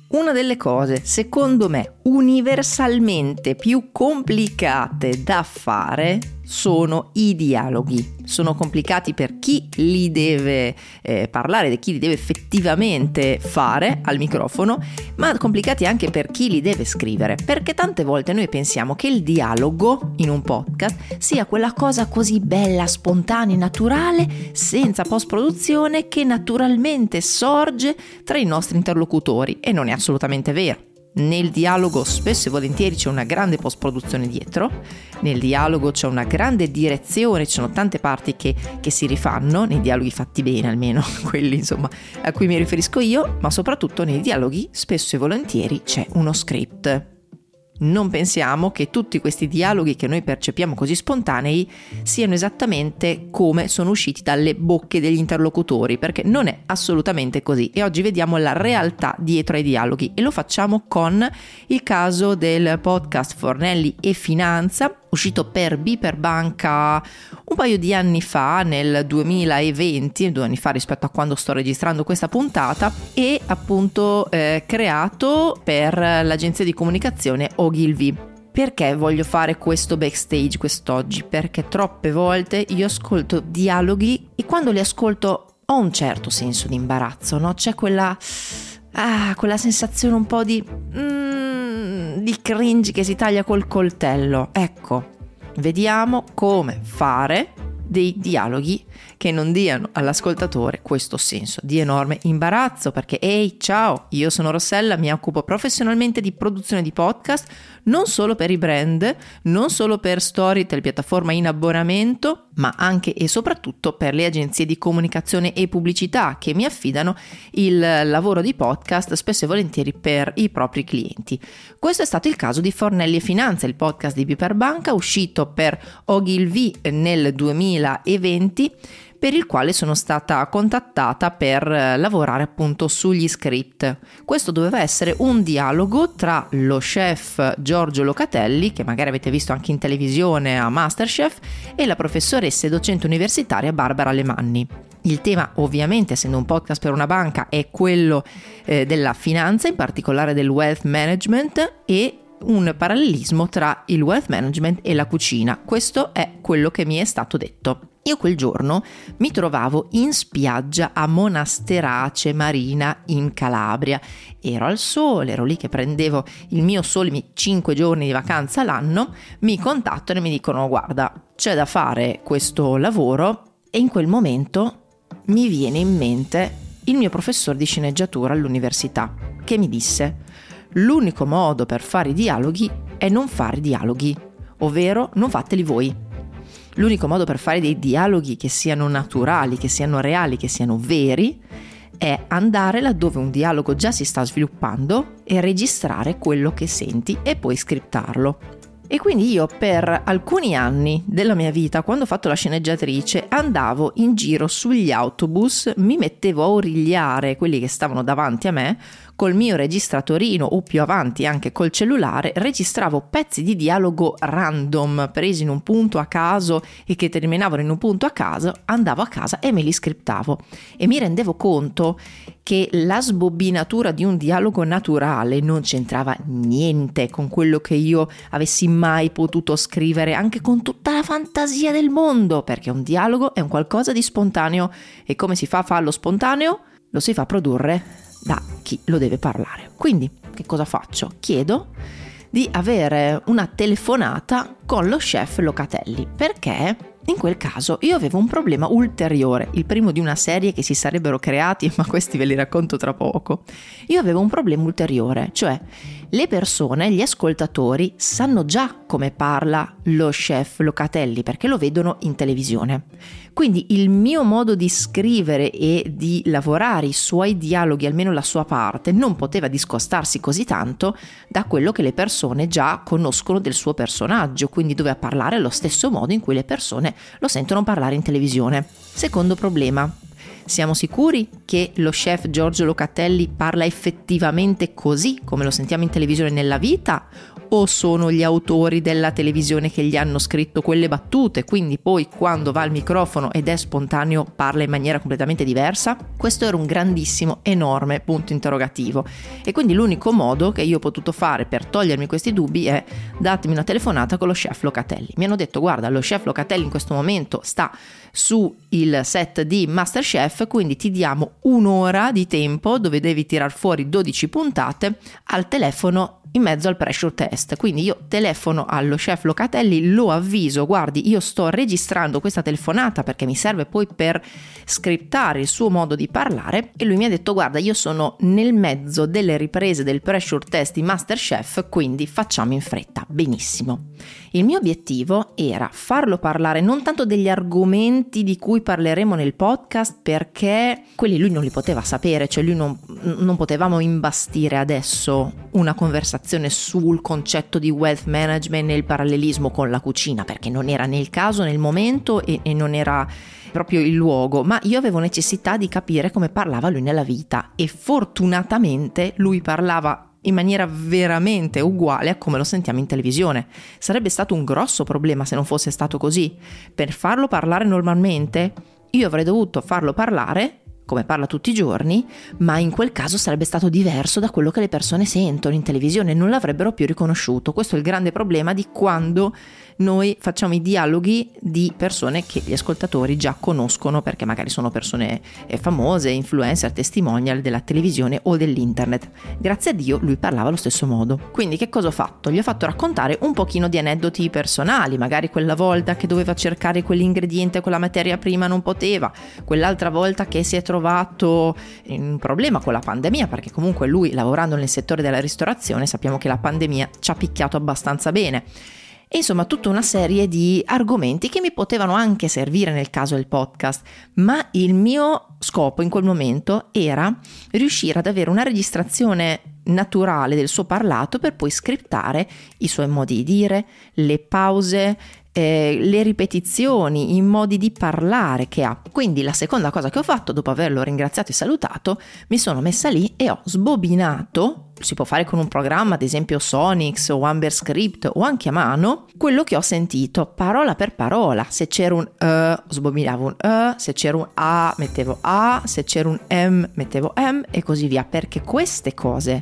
Una delle cose, secondo me, universalmente più complicate da fare sono i dialoghi. Sono complicati per chi li deve parlare, di chi li deve effettivamente fare al microfono, ma complicati anche per chi li deve scrivere, perché tante volte noi pensiamo che il dialogo in un podcast sia quella cosa così bella, spontanea, naturale, senza post-produzione, che naturalmente sorge tra i nostri interlocutori, e non è assolutamente vero. Nel dialogo spesso e volentieri c'è una grande post-produzione dietro, nel dialogo c'è una grande direzione, ci sono tante parti che si rifanno, nei dialoghi fatti bene almeno, quelli insomma a cui mi riferisco io, ma soprattutto nei dialoghi spesso e volentieri c'è uno script. Non pensiamo che tutti questi dialoghi che noi percepiamo così spontanei siano esattamente come sono usciti dalle bocche degli interlocutori, perché non è assolutamente così, e oggi vediamo la realtà dietro ai dialoghi e lo facciamo con il caso del podcast Fornelli e Finanza, uscito per Biper Banca un paio di anni fa, nel 2020, 2 anni fa rispetto a quando sto registrando questa puntata, e appunto creato per l'agenzia di comunicazione Ogilvy. Perché voglio fare questo backstage quest'oggi? Perché troppe volte io ascolto dialoghi e quando li ascolto ho un certo senso di imbarazzo, no? C'è quella sensazione un po' di cringe che si taglia col coltello. Ecco, vediamo come fare dei dialoghi che non diano all'ascoltatore questo senso di enorme imbarazzo, perché ehi, ciao, io sono Rossella, mi occupo professionalmente di produzione di podcast, non solo per i brand, non solo per Storytel, piattaforma in abbonamento, ma anche e soprattutto per le agenzie di comunicazione e pubblicità che mi affidano il lavoro di podcast spesso e volentieri per i propri clienti. Questo è stato il caso di Fornelli e Finanza, il podcast di Biper Banca, uscito per Ogilvy nel 2020, per il quale sono stata contattata per lavorare appunto sugli script. Questo doveva essere un dialogo tra lo chef Giorgio Locatelli, che magari avete visto anche in televisione a MasterChef, e la professoressa e docente universitaria Barbara Alemanni. Il tema, ovviamente, essendo un podcast per una banca, è quello della finanza, in particolare del wealth management, e un parallelismo tra il wealth management e la cucina. Questo è quello che mi è stato detto. Io quel giorno mi trovavo in spiaggia a Monasterace Marina in Calabria. Ero al sole, ero lì che prendevo il mio sole, i miei 5 giorni di vacanza l'anno. Mi contattano e mi dicono: guarda, c'è da fare questo lavoro. E in quel momento mi viene in mente il mio professore di sceneggiatura all'università, che mi disse: l'unico modo per fare i dialoghi è non fare dialoghi, ovvero non fateli voi. L'unico modo per fare dei dialoghi che siano naturali, che siano reali, che siano veri, è andare laddove un dialogo già si sta sviluppando e registrare quello che senti e poi scriptarlo. E quindi io per alcuni anni della mia vita, quando ho fatto la sceneggiatrice, andavo in giro sugli autobus, mi mettevo a origliare quelli che stavano davanti a me col mio registratorino, o più avanti anche col cellulare, registravo pezzi di dialogo random presi in un punto a caso e che terminavano in un punto a caso, andavo a casa e me li scriptavo e mi rendevo conto che la sbobbinatura di un dialogo naturale non c'entrava niente con quello che io avessi mai potuto scrivere, anche con tutta la fantasia del mondo, perché un dialogo è un qualcosa di spontaneo. E come si fa a farlo spontaneo? Lo si fa produrre da chi lo deve parlare. Quindi che cosa faccio? Chiedo di avere una telefonata con lo chef Locatelli, perché in quel caso io avevo un problema ulteriore, il primo di una serie che si sarebbero creati, ma questi ve li racconto tra poco. Io avevo un problema ulteriore, cioè le persone, gli ascoltatori sanno già come parla lo chef Locatelli perché lo vedono in televisione. Quindi il mio modo di scrivere e di lavorare i suoi dialoghi, almeno la sua parte, non poteva discostarsi così tanto da quello che le persone già conoscono del suo personaggio, quindi doveva parlare allo stesso modo in cui le persone lo sentono parlare in televisione. Secondo problema: siamo sicuri che lo chef Giorgio Locatelli parla effettivamente così come lo sentiamo in televisione nella vita, o sono gli autori della televisione che gli hanno scritto quelle battute, quindi poi quando va al microfono ed è spontaneo parla in maniera completamente diversa? Questo era un grandissimo, enorme punto interrogativo, e quindi l'unico modo che io ho potuto fare per togliermi questi dubbi è: datemi una telefonata con lo chef Locatelli. Mi hanno detto: guarda, lo chef Locatelli in questo momento sta su il set di MasterChef, quindi ti diamo un'ora di tempo dove devi tirar fuori 12 puntate al telefono in mezzo al pressure test. Quindi io telefono allo chef Locatelli, lo avviso: guardi, io sto registrando questa telefonata perché mi serve poi per scriptare il suo modo di parlare, e lui mi ha detto: guarda, io sono nel mezzo delle riprese del pressure test di MasterChef, quindi facciamo in fretta. Benissimo. Il mio obiettivo era farlo parlare non tanto degli argomenti di cui parleremo nel podcast, perché quelli lui non li poteva sapere, cioè lui non potevamo imbastire adesso una conversazione sul concetto di wealth management e il parallelismo con la cucina, perché non era nel caso, nel momento, e non era proprio il luogo, ma io avevo necessità di capire come parlava lui nella vita, e fortunatamente lui parlava in maniera veramente uguale a come lo sentiamo in televisione. Sarebbe stato un grosso problema se non fosse stato così. Per farlo parlare normalmente, io avrei dovuto farlo parlare come parla tutti i giorni, ma in quel caso sarebbe stato diverso da quello che le persone sentono in televisione, non l'avrebbero più riconosciuto. Questo è il grande problema di quando noi facciamo i dialoghi di persone che gli ascoltatori già conoscono, perché magari sono persone famose, influencer, testimonial della televisione o dell'internet. Grazie a Dio lui parlava allo stesso modo. Quindi che cosa ho fatto? Gli ho fatto raccontare un pochino di aneddoti personali, magari quella volta che doveva cercare quell'ingrediente, quella materia prima non poteva, quell'altra volta che si è trovato in un problema con la pandemia, perché comunque lui, lavorando nel settore della ristorazione, sappiamo che la pandemia ci ha picchiato abbastanza bene. E insomma tutta una serie di argomenti che mi potevano anche servire nel caso del podcast, ma il mio scopo in quel momento era riuscire ad avere una registrazione naturale del suo parlato per poi scriptare i suoi modi di dire, le pause, le ripetizioni, i modi di parlare che ha. Quindi la seconda cosa che ho fatto, dopo averlo ringraziato e salutato, mi sono messa lì e ho sbobinato, si può fare con un programma, ad esempio Sonix o Amber Script o anche a mano, quello che ho sentito parola per parola. Se c'era un sbobinavo un se c'era un A mettevo A, se c'era un M mettevo M e così via, perché queste cose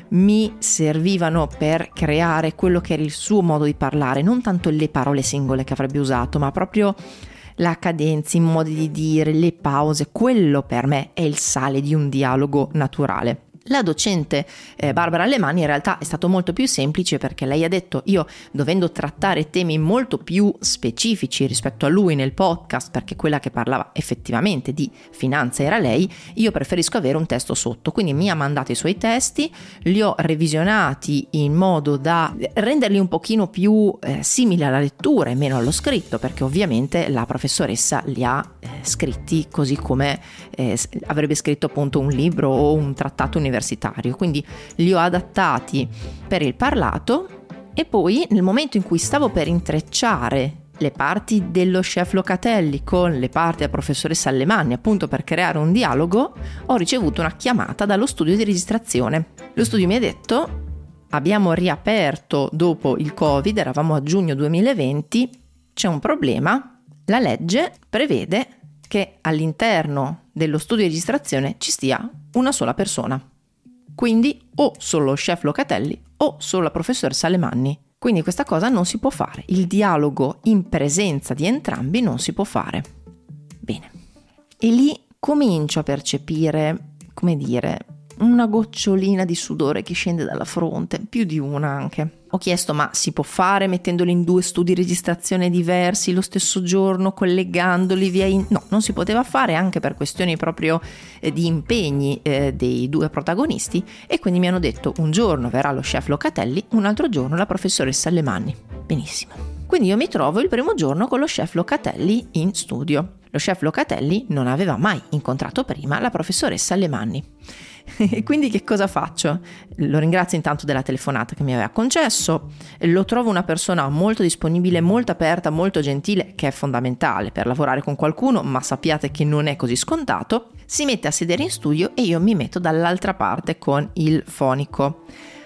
mi servivano per creare quello che era il suo modo di parlare, non tanto le parole singole che avrebbe usato, ma proprio la cadenza, i modi di dire, le pause. Quello per me è il sale di un dialogo naturale. La docente Barbara Alemanni in realtà è stato molto più semplice, perché lei ha detto: io, dovendo trattare temi molto più specifici rispetto a lui nel podcast, perché quella che parlava effettivamente di finanza era lei, io preferisco avere un testo sotto. Quindi mi ha mandato i suoi testi, li ho revisionati in modo da renderli un pochino più simili alla lettura e meno allo scritto, perché ovviamente la professoressa li ha scritti così come avrebbe scritto appunto un libro o un trattato universitario. Quindi li ho adattati per il parlato, e poi nel momento in cui stavo per intrecciare le parti dello chef Locatelli con le parti della professoressa Alemanni, appunto per creare un dialogo, ho ricevuto una chiamata dallo studio di registrazione. Lo studio mi ha detto: abbiamo riaperto dopo il Covid, eravamo a giugno 2020, c'è un problema, la legge prevede che all'interno dello studio di registrazione ci stia una sola persona. Quindi o solo lo chef Locatelli o solo la professoressa Alemanni. Quindi questa cosa non si può fare. Il dialogo in presenza di entrambi non si può fare. Bene. E lì comincio a percepire, come dire, una gocciolina di sudore che scende dalla fronte, più di una anche. Ho chiesto: ma si può fare mettendoli in 2 studi di registrazione diversi lo stesso giorno, collegandoli via No, non si poteva fare, anche per questioni proprio di impegni dei 2 protagonisti, e quindi mi hanno detto: un giorno verrà lo chef Locatelli, un altro giorno la professoressa Alemanni. Benissimo. Quindi io mi trovo il primo giorno con lo chef Locatelli in studio. Lo chef Locatelli non aveva mai incontrato prima la professoressa Alemanni. E quindi che cosa faccio? Lo ringrazio intanto della telefonata che mi aveva concesso, lo trovo una persona molto disponibile, molto aperta, molto gentile, che è fondamentale per lavorare con qualcuno, ma sappiate che non è così scontato. Si mette a sedere in studio e io mi metto dall'altra parte con il fonico.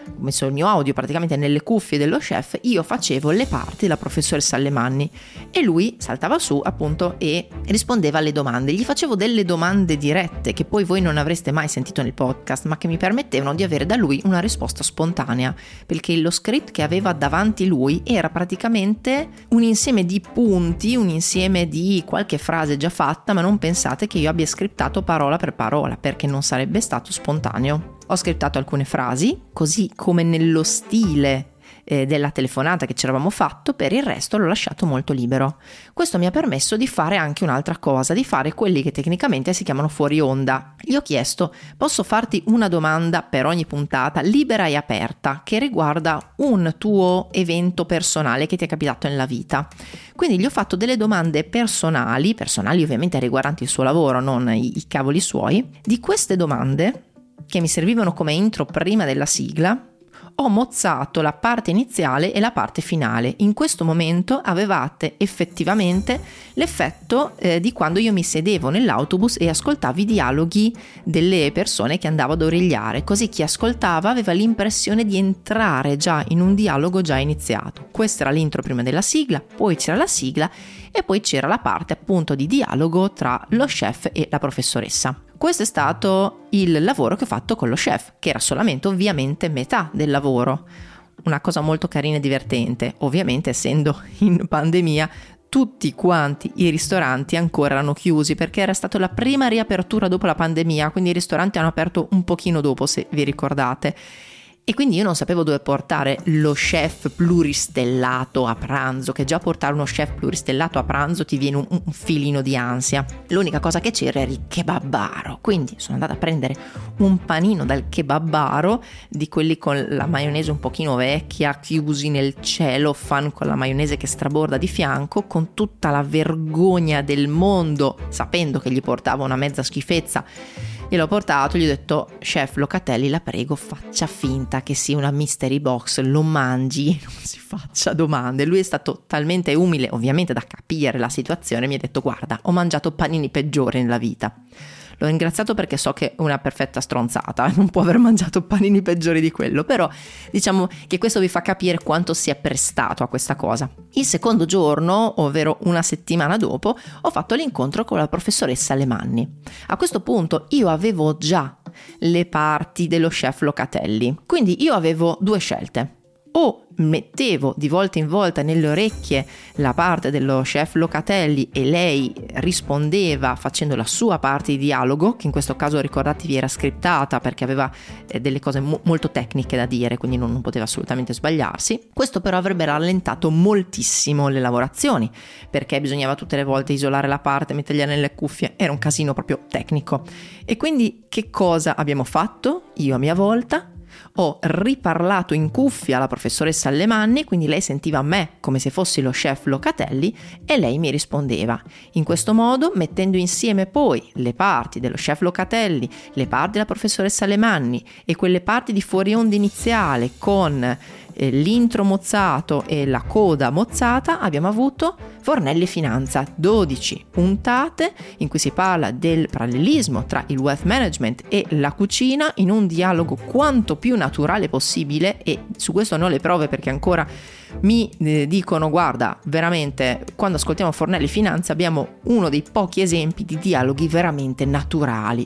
ho messo il mio audio praticamente nelle cuffie dello chef, io facevo le parti della professoressa Alemanni e lui saltava su appunto e rispondeva alle domande. Gli facevo delle domande dirette che poi voi non avreste mai sentito nel podcast, ma che mi permettevano di avere da lui una risposta spontanea, perché lo script che aveva davanti lui era praticamente un insieme di punti, un insieme di qualche frase già fatta, ma non pensate che io abbia scriptato parola per parola, perché non sarebbe stato spontaneo. Ho scriptato alcune frasi, così come nello stile della telefonata che ci eravamo fatto, per il resto l'ho lasciato molto libero. Questo mi ha permesso di fare anche un'altra cosa, di fare quelli che tecnicamente si chiamano fuori onda. Gli ho chiesto: posso farti una domanda per ogni puntata, libera e aperta, che riguarda un tuo evento personale che ti è capitato nella vita? Quindi gli ho fatto delle domande personali ovviamente riguardanti il suo lavoro, non i cavoli suoi. Di queste domande, che mi servivano come intro prima della sigla, ho mozzato la parte iniziale e la parte finale. In questo momento avevate effettivamente l'effetto di quando io mi sedevo nell'autobus e ascoltavo i dialoghi delle persone che andavo ad origliare, così chi ascoltava aveva l'impressione di entrare già in un dialogo già iniziato. Questa era l'intro prima della sigla, poi c'era la sigla e poi c'era la parte appunto di dialogo tra lo chef e la professoressa. Questo è stato il lavoro che ho fatto con lo chef, che era solamente ovviamente metà del lavoro. Una cosa molto carina e divertente, ovviamente essendo in pandemia tutti quanti i ristoranti ancora erano chiusi, perché era stata la prima riapertura dopo la pandemia, quindi i ristoranti hanno aperto un pochino dopo, se vi ricordate. E quindi io non sapevo dove portare lo chef pluristellato a pranzo, che già portare uno chef pluristellato a pranzo ti viene un filino di ansia. L'unica cosa che c'era era il kebabaro, quindi sono andata a prendere un panino dal kebabaro, di quelli con la maionese un pochino vecchia, chiusi nel cellophane con la maionese che straborda di fianco, con tutta la vergogna del mondo, sapendo che gli portavo una mezza schifezza. Gliel'ho portato, gli ho detto: chef Locatelli, la prego, faccia finta che sia una mystery box, lo mangi e non si faccia domande. Lui è stato talmente umile, ovviamente, da capire la situazione, mi ha detto: guarda, ho mangiato panini peggiori nella vita. L'ho ringraziato perché so che è una perfetta stronzata, non può aver mangiato panini peggiori di quello, però diciamo che questo vi fa capire quanto si è prestato a questa cosa. Il secondo giorno, ovvero una settimana dopo, ho fatto l'incontro con la professoressa Alemanni. A questo punto io avevo già le parti dello chef Locatelli, quindi io avevo due scelte: o mettevo di volta in volta nelle orecchie la parte dello chef Locatelli e lei rispondeva facendo la sua parte di dialogo, che in questo caso, ricordatevi, era scriptata perché aveva delle cose molto tecniche da dire, quindi non poteva assolutamente sbagliarsi. Questo però avrebbe rallentato moltissimo le lavorazioni, perché bisognava tutte le volte isolare la parte, mettergliela nelle cuffie, era un casino proprio tecnico. E quindi che cosa abbiamo fatto? Io a mia volta ho riparlato in cuffia alla professoressa Alemanni, quindi lei sentiva me come se fossi lo chef Locatelli e lei mi rispondeva. In questo modo, mettendo insieme poi le parti dello chef Locatelli, le parti della professoressa Alemanni e quelle parti di fuori onda iniziale con l'intro mozzato e la coda mozzata, abbiamo avuto Fornelli Finanza, 12 puntate in cui si parla del parallelismo tra il wealth management e la cucina in un dialogo quanto più naturale possibile, e su questo non ho le prove perché ancora mi dicono: guarda, veramente quando ascoltiamo Fornelli Finanza abbiamo uno dei pochi esempi di dialoghi veramente naturali.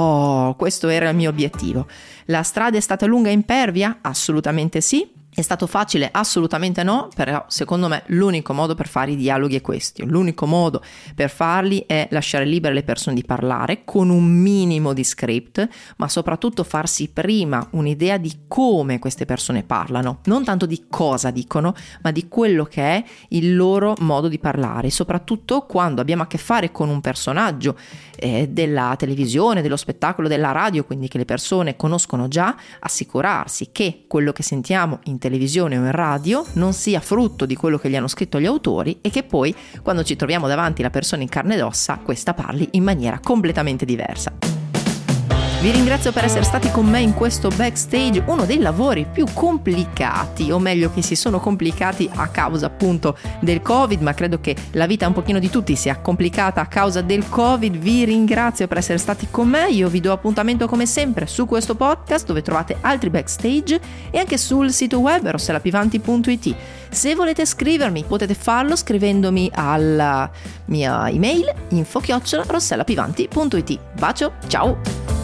Questo era il mio obiettivo. La strada è stata lunga e impervia? Assolutamente sì. È stato facile? Assolutamente no, però secondo me l'unico modo per fare i dialoghi è questo. L'unico modo per farli è lasciare libere le persone di parlare con un minimo di script, ma soprattutto farsi prima un'idea di come queste persone parlano, non tanto di cosa dicono, ma di quello che è il loro modo di parlare, soprattutto quando abbiamo a che fare con un personaggio della televisione, dello spettacolo, della radio, quindi che le persone conoscono già, assicurarsi che quello che sentiamo in televisione o in radio non sia frutto di quello che gli hanno scritto gli autori e che poi quando ci troviamo davanti la persona in carne ed ossa questa parli in maniera completamente diversa. Vi ringrazio per essere stati con me in questo backstage, uno dei lavori più complicati, o meglio che si sono complicati a causa appunto del Covid, ma credo che la vita un pochino di tutti sia complicata a causa del Covid. Vi ringrazio per essere stati con me, io vi do appuntamento come sempre su questo podcast dove trovate altri backstage e anche sul sito web rossellapivanti.it. Se volete scrivermi potete farlo scrivendomi alla mia email info@rossellapivanti.it. Bacio, ciao!